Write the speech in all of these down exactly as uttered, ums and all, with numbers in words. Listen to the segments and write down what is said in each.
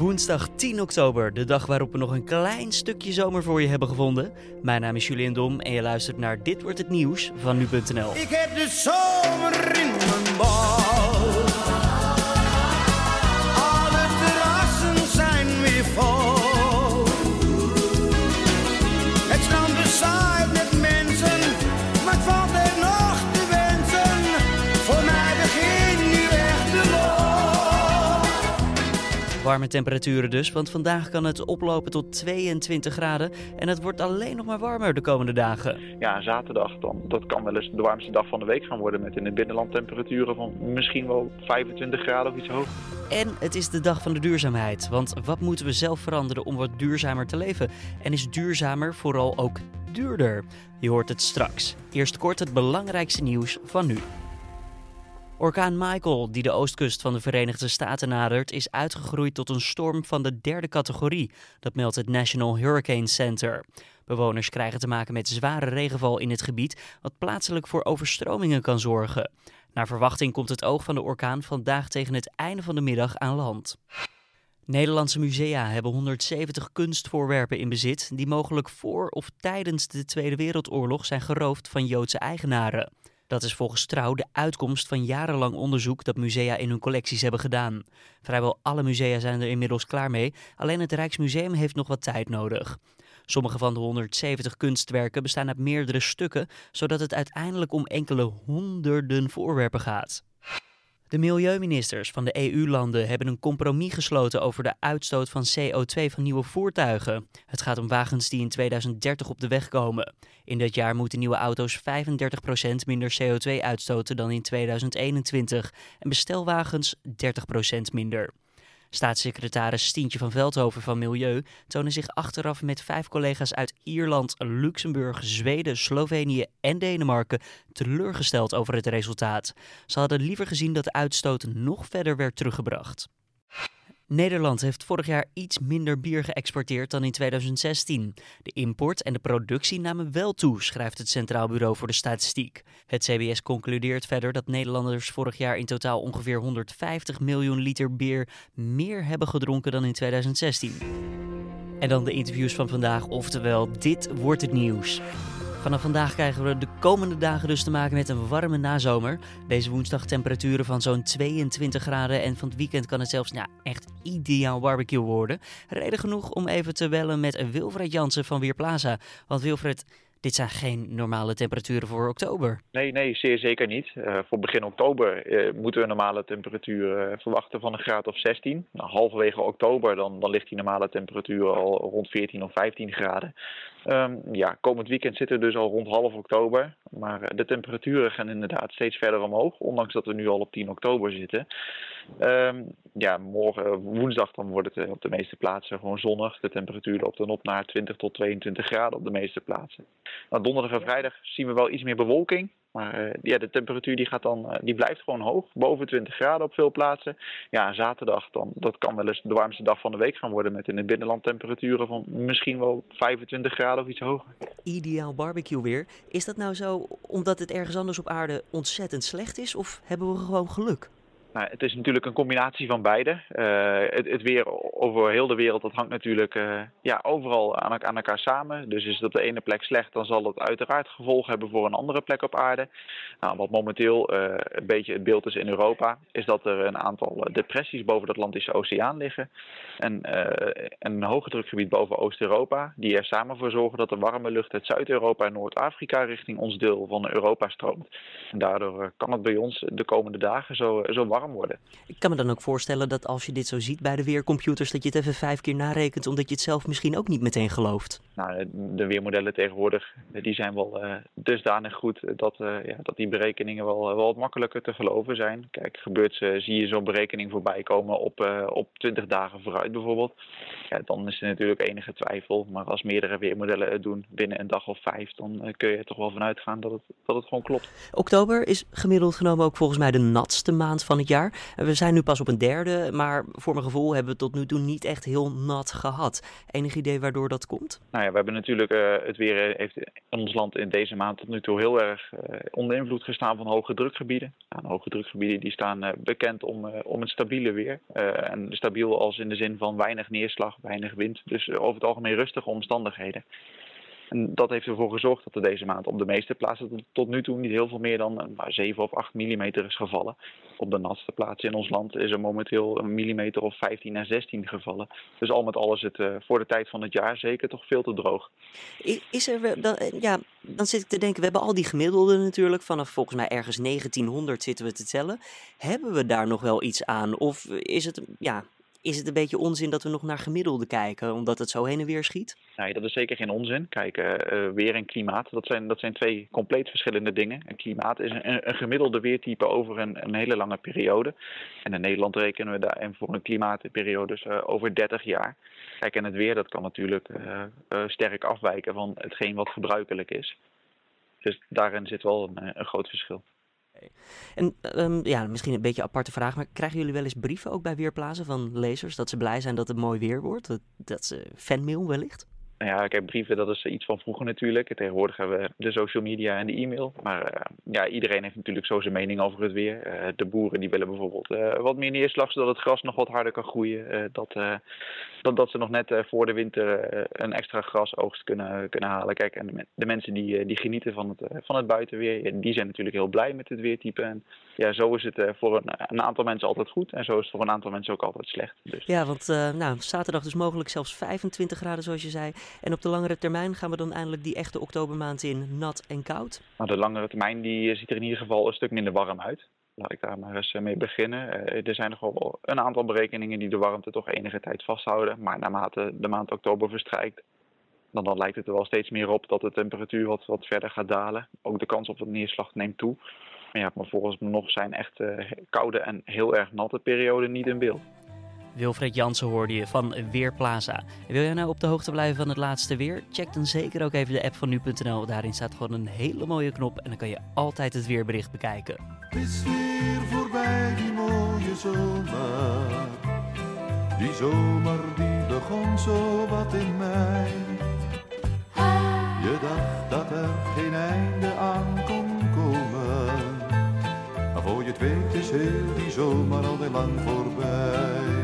Woensdag tien oktober, de dag waarop we nog een klein stukje zomer voor je hebben gevonden. Mijn naam is Julian Dom en je luistert naar Dit Wordt Het Nieuws van nu punt n l. Ik heb de zomer in mijn bal. Alle terrassen zijn weer vol. Het strand bezaaid met mensen, maar het valt er nog te wensen. Voor mij begint nu echt de lol. Warme temperaturen dus, want vandaag kan het oplopen tot tweeëntwintig graden en het wordt alleen nog maar warmer de komende dagen. Ja, zaterdag dan. Dat kan wel eens de warmste dag van de week gaan worden met in het binnenland temperaturen van misschien wel vijfentwintig graden of iets hoger. En het is de dag van de duurzaamheid, want wat moeten we zelf veranderen om wat duurzamer te leven? En is duurzamer vooral ook duurder? Je hoort het straks. Eerst kort het belangrijkste nieuws van nu. Orkaan Michael, die de oostkust van de Verenigde Staten nadert, is uitgegroeid tot een storm van de derde categorie. Dat meldt het National Hurricane Center. Bewoners krijgen te maken met zware regenval in het gebied, wat plaatselijk voor overstromingen kan zorgen. Naar verwachting komt het oog van de orkaan vandaag tegen het einde van de middag aan land. Nederlandse musea hebben honderdzeventig kunstvoorwerpen in bezit die mogelijk voor of tijdens de Tweede Wereldoorlog zijn geroofd van Joodse eigenaren. Dat is volgens Trouw de uitkomst van jarenlang onderzoek dat musea in hun collecties hebben gedaan. Vrijwel alle musea zijn er inmiddels klaar mee, alleen het Rijksmuseum heeft nog wat tijd nodig. Sommige van de honderdzeventig kunstwerken bestaan uit meerdere stukken, zodat het uiteindelijk om enkele honderden voorwerpen gaat. De milieuministers van de E U-landen hebben een compromis gesloten over de uitstoot van C O twee van nieuwe voertuigen. Het gaat om wagens die in tweeduizend dertig op de weg komen. In dat jaar moeten nieuwe auto's vijfendertig procent minder C O twee uitstoten dan in tweeduizend eenentwintig en bestelwagens dertig procent minder. Staatssecretaris Stientje van Veldhoven van Milieu toonde zich achteraf met vijf collega's uit Ierland, Luxemburg, Zweden, Slovenië en Denemarken teleurgesteld over het resultaat. Ze hadden liever gezien dat de uitstoot nog verder werd teruggebracht. Nederland heeft vorig jaar iets minder bier geëxporteerd dan in tweeduizend zestien. De import en de productie namen wel toe, schrijft het Centraal Bureau voor de Statistiek. Het C B S concludeert verder dat Nederlanders vorig jaar in totaal ongeveer honderdvijftig miljoen liter bier meer hebben gedronken dan in tweeduizend zestien. En dan de interviews van vandaag, oftewel Dit Wordt Het Nieuws. Vanaf vandaag krijgen we de komende dagen dus te maken met een warme nazomer. Deze woensdag temperaturen van zo'n tweeëntwintig graden en van het weekend kan het zelfs nou, echt ideaal barbecue worden. Reden genoeg om even te bellen met Wilfred Jansen van Weerplaza. Want Wilfred, dit zijn geen normale temperaturen voor oktober. Nee, nee, zeer zeker niet. Uh, voor begin oktober uh, moeten we een normale temperatuur uh, verwachten van een graad of zestien. Nou, halverwege oktober dan, dan ligt die normale temperatuur al rond veertien of vijftien graden. Um, ja, komend weekend zitten we dus al rond half oktober. Maar uh, de temperaturen gaan inderdaad steeds verder omhoog, ondanks dat we nu al op tien oktober zitten. Um, ja, morgen, uh, woensdag, dan wordt het uh, op de meeste plaatsen gewoon zonnig. De temperatuur loopt dan op naar twintig tot tweeëntwintig graden op de meeste plaatsen. Nou, donderdag en vrijdag zien we wel iets meer bewolking. Maar uh, ja, de temperatuur die gaat dan, uh, die blijft gewoon hoog, boven twintig graden op veel plaatsen. Ja, zaterdag, dan, dat kan wel eens de warmste dag van de week gaan worden met in het binnenland temperaturen van misschien wel vijfentwintig graden of iets hoger. Ideaal barbecue weer. Is dat nou zo omdat het ergens anders op aarde ontzettend slecht is of hebben we gewoon geluk? Nou, het is natuurlijk een combinatie van beide. Uh, het, het weer over heel de wereld, dat hangt natuurlijk uh, ja, overal aan, aan elkaar samen. Dus is het op de ene plek slecht, dan zal dat uiteraard gevolgen hebben voor een andere plek op aarde. Nou, wat momenteel uh, een beetje het beeld is in Europa, is dat er een aantal depressies boven de Atlantische Oceaan liggen. En uh, een hoogdrukgebied boven Oost-Europa, die er samen voor zorgen dat de warme lucht uit Zuid-Europa en Noord-Afrika richting ons deel van Europa stroomt. En daardoor uh, kan het bij ons de komende dagen zo, zo warm worden. Ik kan me dan ook voorstellen dat als je dit zo ziet bij de weercomputers, dat je het even vijf keer narekent, omdat je het zelf misschien ook niet meteen gelooft. Nou, de weermodellen tegenwoordig, die zijn wel uh, dusdanig goed dat, uh, ja, dat die berekeningen wel, wel wat makkelijker te geloven zijn. Kijk, gebeurt ze, zie je zo'n berekening voorbij komen op, uh, op twintig dagen vooruit bijvoorbeeld. Ja, dan is er natuurlijk enige twijfel. Maar als meerdere weermodellen het doen binnen een dag of vijf, dan uh, kun je er toch wel vanuit gaan dat het, dat het gewoon klopt. Oktober is gemiddeld genomen ook volgens mij de natste maand van het jaar. We zijn nu pas op een derde, maar voor mijn gevoel hebben we tot nu toe niet echt heel nat gehad. Enig idee waardoor dat komt? Nou Nou ja, we hebben natuurlijk, uh, het weer heeft in ons land in deze maand tot nu toe heel erg uh, onder invloed gestaan van hoge drukgebieden. Nou, hoge drukgebieden die staan uh, bekend om, uh, om het stabiele weer. Uh, en stabiel als in de zin van weinig neerslag, weinig wind. Dus uh, over het algemeen rustige omstandigheden. En dat heeft ervoor gezorgd dat er deze maand op de meeste plaatsen tot, tot nu toe niet heel veel meer dan uh, zeven of acht millimeter is gevallen. Op de natste plaatsen in ons land is er momenteel een millimeter of vijftien à zestien gevallen. Dus al met alles is het uh, voor de tijd van het jaar zeker toch veel te droog. Is er, dan, ja, dan zit ik te denken, we hebben al die gemiddelden natuurlijk. Vanaf volgens mij ergens negentienhonderd zitten we te tellen. Hebben we daar nog wel iets aan? Of is het, ja, is het een beetje onzin dat we nog naar gemiddelde kijken, omdat het zo heen en weer schiet? Nee, dat is zeker geen onzin. Kijk, uh, weer en klimaat, dat zijn, dat zijn twee compleet verschillende dingen. En klimaat is een, een gemiddelde weertype over een, een hele lange periode. En in Nederland rekenen we daar en voor een klimaatperiode dus, uh, over dertig jaar. Kijk, en het weer, dat kan natuurlijk uh, uh, sterk afwijken van hetgeen wat gebruikelijk is. Dus daarin zit wel een, een groot verschil. En um, ja, misschien een beetje een aparte vraag, maar krijgen jullie wel eens brieven ook bij Weerplaza van lezers dat ze blij zijn dat het mooi weer wordt? Dat, dat ze fanmail wellicht? Nou ja, kijk, brieven, dat is iets van vroeger natuurlijk. Tegenwoordig hebben we de social media en de e-mail. Maar uh, ja, iedereen heeft natuurlijk zo zijn mening over het weer. Uh, de boeren die willen bijvoorbeeld uh, wat meer neerslag, zodat het gras nog wat harder kan groeien. Uh, dat, uh, dat, dat ze nog net uh, voor de winter uh, een extra grasoogst kunnen, kunnen halen. Kijk, en de, de mensen die, uh, die genieten van het, uh, van het buitenweer, ja, die zijn natuurlijk heel blij met het weertype. En ja, zo is het uh, voor een, een aantal mensen altijd goed. En zo is het voor een aantal mensen ook altijd slecht. Dus. Ja, want uh, nou, zaterdag dus mogelijk zelfs vijfentwintig graden zoals je zei. En op de langere termijn gaan we dan eindelijk die echte oktobermaand in, nat en koud? Nou, de langere termijn die ziet er in ieder geval een stuk minder warm uit. Laat ik daar maar eens mee beginnen. Uh, er zijn nog wel een aantal berekeningen die de warmte toch enige tijd vasthouden. Maar naarmate de maand oktober verstrijkt, dan, dan lijkt het er wel steeds meer op dat de temperatuur wat, wat verder gaat dalen. Ook de kans op wat neerslag neemt toe. Maar ja, maar volgens me nog zijn echt uh, koude en heel erg natte perioden niet in beeld. Wilfred Jansen hoorde je van Weerplaza. Wil jij nou op de hoogte blijven van het laatste weer? Check dan zeker ook even de app van nu punt n l. Daarin staat gewoon een hele mooie knop en dan kan je altijd het weerbericht bekijken. Het is weer voorbij die mooie zomer. Die zomer die begon zo wat in mei. Je dacht dat er geen einde aan kon komen. Maar voor je het weet is heel die zomer alweer lang voorbij.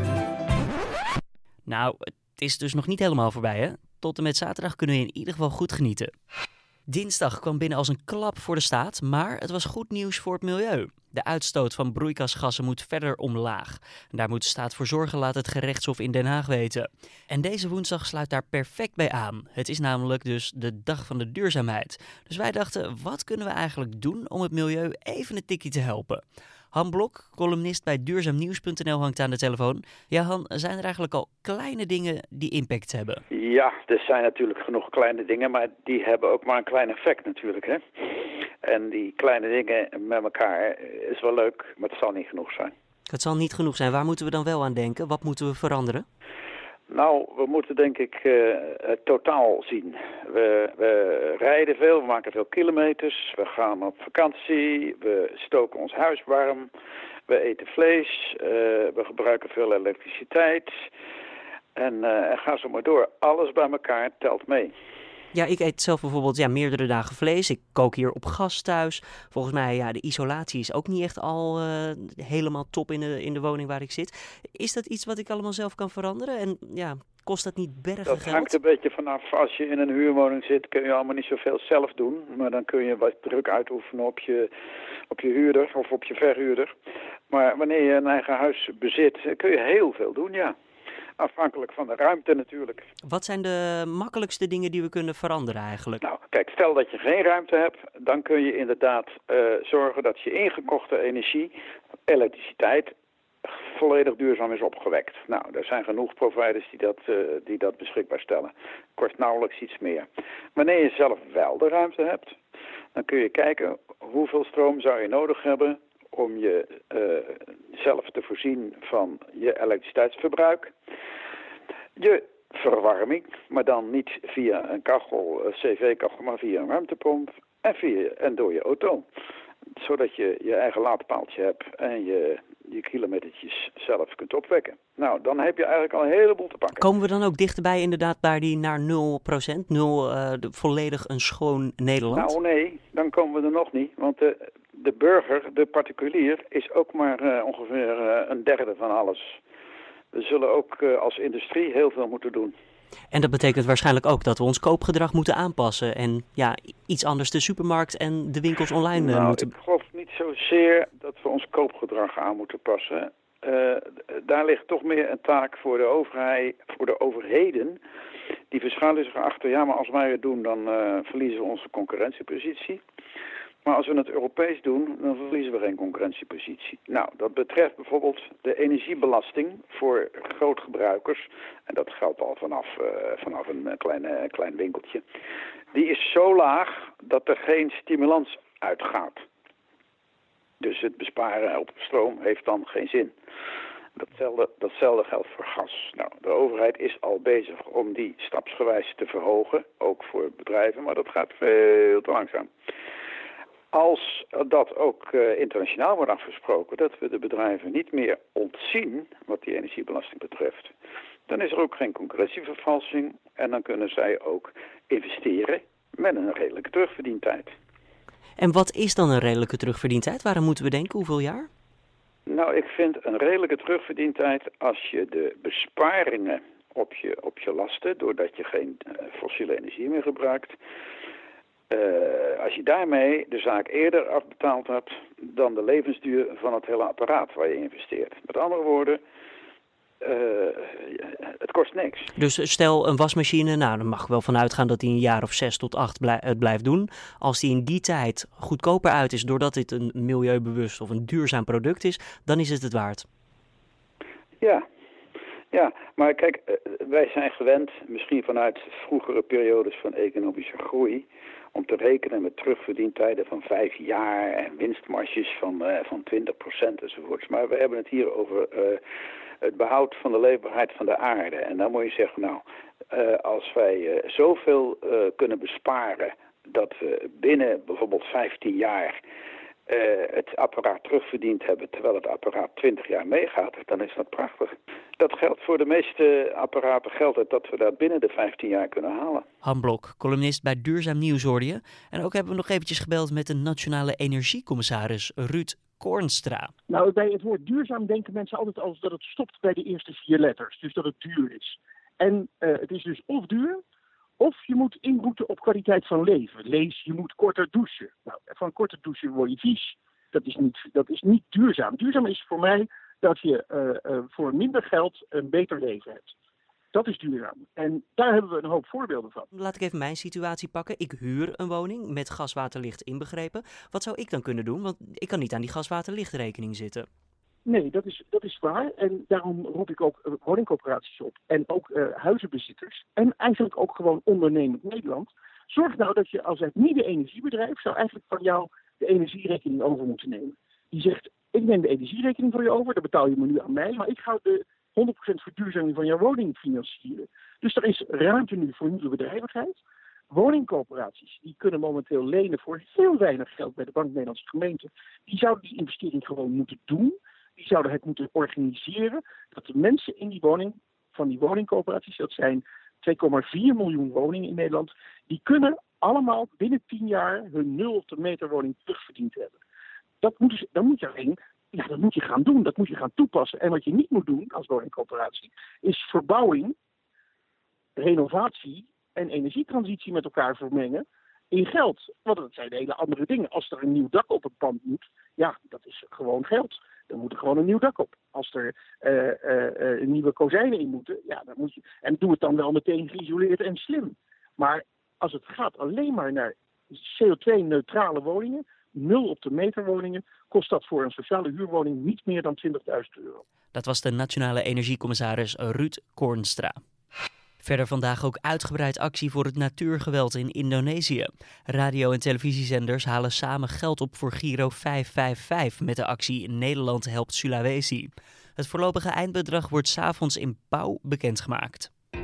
Nou, het is dus nog niet helemaal voorbij, hè? Tot en met zaterdag kunnen we in ieder geval goed genieten. Dinsdag kwam binnen als een klap voor de staat, maar het was goed nieuws voor het milieu. De uitstoot van broeikasgassen moet verder omlaag. En daar moet de staat voor zorgen, laat het gerechtshof in Den Haag weten. En deze woensdag sluit daar perfect bij aan. Het is namelijk dus de dag van de duurzaamheid. Dus wij dachten, wat kunnen we eigenlijk doen om het milieu even een tikje te helpen? Han Blok, columnist bij duurzaamnieuws punt n l, hangt aan de telefoon. Ja, Han, zijn er eigenlijk al kleine dingen die impact hebben? Ja, er zijn natuurlijk genoeg kleine dingen, maar die hebben ook maar een klein effect natuurlijk, hè. En die kleine dingen met elkaar is wel leuk, maar het zal niet genoeg zijn. Het zal niet genoeg zijn. Waar moeten we dan wel aan denken? Wat moeten we veranderen? Nou, we moeten denk ik uh, het totaal zien. We, we rijden veel, we maken veel kilometers, we gaan op vakantie, we stoken ons huis warm, we eten vlees, uh, we gebruiken veel elektriciteit en uh, ga zo maar door. Alles bij elkaar telt mee. Ja, ik eet zelf bijvoorbeeld ja, meerdere dagen vlees. Ik kook hier op gas thuis. Volgens mij, ja, de isolatie is ook niet echt al uh, helemaal top in de, in de woning waar ik zit. Is dat iets wat ik allemaal zelf kan veranderen? En ja, kost dat niet bergen dat geld? Dat hangt een beetje vanaf. Als je in een huurwoning zit, kun je allemaal niet zoveel zelf doen. Maar dan kun je wat druk uitoefenen op je, op je huurder of op je verhuurder. Maar wanneer je een eigen huis bezit, kun je heel veel doen, ja. Afhankelijk van de ruimte natuurlijk. Wat zijn de makkelijkste dingen die we kunnen veranderen eigenlijk? Nou, kijk, stel dat je geen ruimte hebt, dan kun je inderdaad uh, zorgen dat je ingekochte energie, elektriciteit, volledig duurzaam is opgewekt. Nou, er zijn genoeg providers die dat, uh, die dat beschikbaar stellen. Kost nauwelijks iets meer. Wanneer je zelf wel de ruimte hebt, dan kun je kijken hoeveel stroom zou je nodig hebben om je uh, zelf te voorzien van je elektriciteitsverbruik. Je verwarming, maar dan niet via een kachel, een cv-kachel, maar via een warmtepomp en, via, en door je auto. Zodat je je eigen laadpaaltje hebt en je je kilometertjes zelf kunt opwekken. Nou, dan heb je eigenlijk al een heleboel te pakken. Komen we dan ook dichterbij inderdaad bij die naar nul procent, nul, uh, de, volledig een schoon Nederland? Nou nee, dan komen we er nog niet. Want de, de burger, de particulier, is ook maar uh, ongeveer uh, een derde van alles. We zullen ook uh, als industrie heel veel moeten doen. En dat betekent waarschijnlijk ook dat we ons koopgedrag moeten aanpassen. En ja, iets anders de supermarkt en de winkels online nou, moeten... ik geloof niet zozeer dat we ons koopgedrag aan moeten passen. Uh, daar ligt toch meer een taak voor de overheid, voor de overheden. Die verschuilen zich achter, ja, maar als wij het doen, dan uh, verliezen we onze concurrentiepositie. Maar als we het Europees doen, dan verliezen we geen concurrentiepositie. Nou, dat betreft bijvoorbeeld de energiebelasting voor grootgebruikers. En dat geldt al vanaf, uh, vanaf een klein, uh, klein winkeltje. Die is zo laag dat er geen stimulans uitgaat. Dus het besparen op stroom heeft dan geen zin. Datzelfde, datzelfde geldt voor gas. Nou, de overheid is al bezig om die stapsgewijs te verhogen, ook voor bedrijven, maar dat gaat veel te langzaam. Als dat ook uh, internationaal wordt afgesproken, dat we de bedrijven niet meer ontzien wat die energiebelasting betreft, dan is er ook geen concurrentievervalsing en dan kunnen zij ook investeren met een redelijke terugverdientijd. En wat is dan een redelijke terugverdientijd? Waarom moeten we denken? Hoeveel jaar? Nou, ik vind een redelijke terugverdientijd als je de besparingen op je, op je lasten, doordat je geen uh, fossiele energie meer gebruikt, uh, als je daarmee de zaak eerder afbetaald hebt dan de levensduur van het hele apparaat waar je investeert. Met andere woorden, uh, het kost niks. Dus stel een wasmachine, nou dan mag ik wel vanuit gaan dat die een jaar of zes tot acht blij, het blijft doen. Als die in die tijd goedkoper uit is doordat dit een milieubewust of een duurzaam product is, dan is het het waard. Ja, ja, maar kijk, wij zijn gewend, misschien vanuit vroegere periodes van economische groei, om te rekenen met terugverdientijden van vijf jaar en winstmarges van, uh, van twintig procent enzovoorts. Maar we hebben het hier over uh, het behoud van de leefbaarheid van de aarde. En dan moet je zeggen, nou, uh, als wij uh, zoveel uh, kunnen besparen dat we binnen bijvoorbeeld vijftien jaar uh, het apparaat terugverdiend hebben, terwijl het apparaat twintig jaar meegaat, dan is dat prachtig. Dat geldt voor de meeste apparaten, geldt het dat we dat binnen de vijftien jaar kunnen halen. Han Blok, columnist bij Duurzaam Nieuws hoorde je. En ook hebben we nog eventjes gebeld met de nationale energiecommissaris Ruud Koornstra. Nou, bij het woord duurzaam denken mensen altijd als dat het stopt bij de eerste vier letters. Dus dat het duur is. En uh, het is dus of duur, of je moet inboeten op kwaliteit van leven. Lees, je moet korter douchen. Nou, van korter douchen word je vies. Dat is niet, dat is niet duurzaam. Duurzaam is voor mij dat je uh, uh, voor minder geld een beter leven hebt. Dat is duurzaam. En daar hebben we een hoop voorbeelden van. Laat ik even mijn situatie pakken. Ik huur een woning met gas-waterlicht inbegrepen. Wat zou ik dan kunnen doen? Want ik kan niet aan die gas-waterlichtrekening zitten. Nee, dat is, dat is waar. En daarom roep ik ook uh, woningcoöperaties op. En ook uh, huizenbezitters. En eigenlijk ook gewoon ondernemend Nederland. Zorg nou dat je als het niet energiebedrijf zou eigenlijk van jou de energierekening over moeten nemen. Die zegt, ik neem de energierekening voor je over, dan betaal je me nu aan mij, maar ik ga de honderd procent verduurzaming van jouw woning financieren. Dus er is ruimte nu voor nieuwe bedrijvigheid. Woningcoöperaties, die kunnen momenteel lenen voor heel weinig geld bij de Bank Nederlandse Gemeenten. Die zouden die investering gewoon moeten doen. Die zouden het moeten organiseren. Dat de mensen in die woning, van die woningcoöperaties, dat zijn twee komma vier miljoen woningen in Nederland, die kunnen allemaal binnen tien jaar hun nul op de meter woning terugverdiend hebben. Dat moet dus, dan moet je alleen, ja, dat moet je gaan doen, dat moet je gaan toepassen. En wat je niet moet doen als woningcoöperatie, is verbouwing, renovatie en energietransitie met elkaar vermengen in geld. Want dat zijn hele andere dingen. Als er een nieuw dak op het pand moet, ja, dat is gewoon geld. Dan moet er gewoon een nieuw dak op. Als er uh, uh, nieuwe kozijnen in moeten, ja, dan moet je. En doe het dan wel meteen geïsoleerd en slim. Maar als het gaat alleen maar naar C O twee neutrale woningen, nul op de meter woningen, kost dat voor een sociale huurwoning niet meer dan twintigduizend euro. Dat was de nationale energiecommissaris Ruud Koornstra. Verder vandaag ook uitgebreid actie voor het natuurgeweld in Indonesië. Radio- en televisiezenders halen samen geld op voor Giro vijf vijf vijf met de actie Nederland helpt Sulawesi. Het voorlopige eindbedrag wordt 's avonds in Pau bekendgemaakt.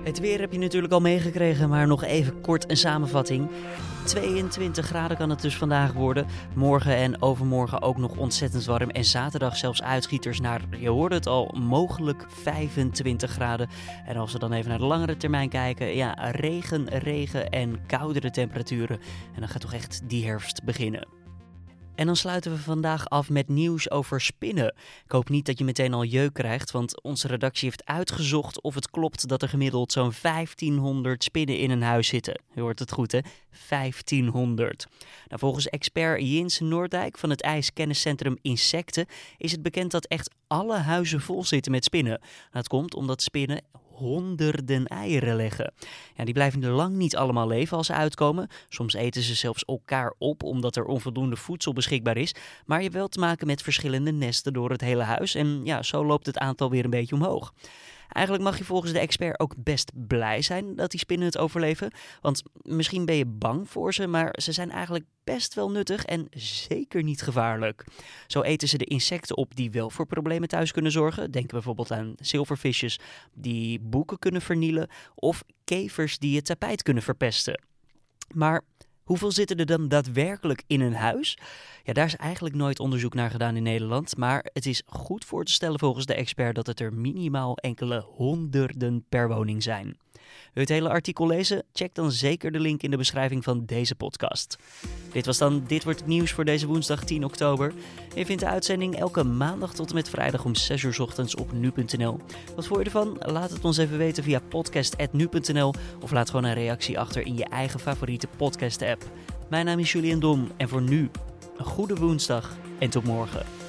Het weer heb je natuurlijk al meegekregen, maar nog even kort een samenvatting. tweeëntwintig graden kan het dus vandaag worden. Morgen en overmorgen ook nog ontzettend warm. En zaterdag zelfs uitschieters naar, je hoorde het al, mogelijk vijfentwintig graden. En als we dan even naar de langere termijn kijken, ja, regen, regen en koudere temperaturen. En dan gaat toch echt die herfst beginnen. En dan sluiten we vandaag af met nieuws over spinnen. Ik hoop niet dat je meteen al jeuk krijgt, want onze redactie heeft uitgezocht of het klopt dat er gemiddeld zo'n vijftienhonderd spinnen in een huis zitten. Je hoort het goed, hè? vijftienhonderd. Nou, volgens expert Jins Noordijk van het ijskenniscentrum Insecten is het bekend dat echt alle huizen vol zitten met spinnen. Dat komt omdat spinnen honderden eieren leggen. Ja, die blijven er lang niet allemaal leven als ze uitkomen. Soms eten ze zelfs elkaar op omdat er onvoldoende voedsel beschikbaar is. Maar je hebt wel te maken met verschillende nesten door het hele huis. En ja, zo loopt het aantal weer een beetje omhoog. Eigenlijk mag je volgens de expert ook best blij zijn dat die spinnen het overleven. Want misschien ben je bang voor ze, maar ze zijn eigenlijk best wel nuttig en zeker niet gevaarlijk. Zo eten ze de insecten op die wel voor problemen thuis kunnen zorgen. Denk bijvoorbeeld aan zilvervisjes die boeken kunnen vernielen of kevers die het tapijt kunnen verpesten. Maar hoeveel zitten er dan daadwerkelijk in een huis? Ja, daar is eigenlijk nooit onderzoek naar gedaan in Nederland. Maar het is goed voor te stellen volgens de expert dat het er minimaal enkele honderden per woning zijn. Wil je het hele artikel lezen? Check dan zeker de link in de beschrijving van deze podcast. Dit was dan Dit Wordt Het Nieuws voor deze woensdag tien oktober. Je vindt de uitzending elke maandag tot en met vrijdag om zes uur 's ochtends op nu punt n l. Wat vond je ervan? Laat het ons even weten via podcast at nu punt n l of laat gewoon een reactie achter in je eigen favoriete podcast app. Mijn naam is Julian Dom en voor nu een goede woensdag en tot morgen.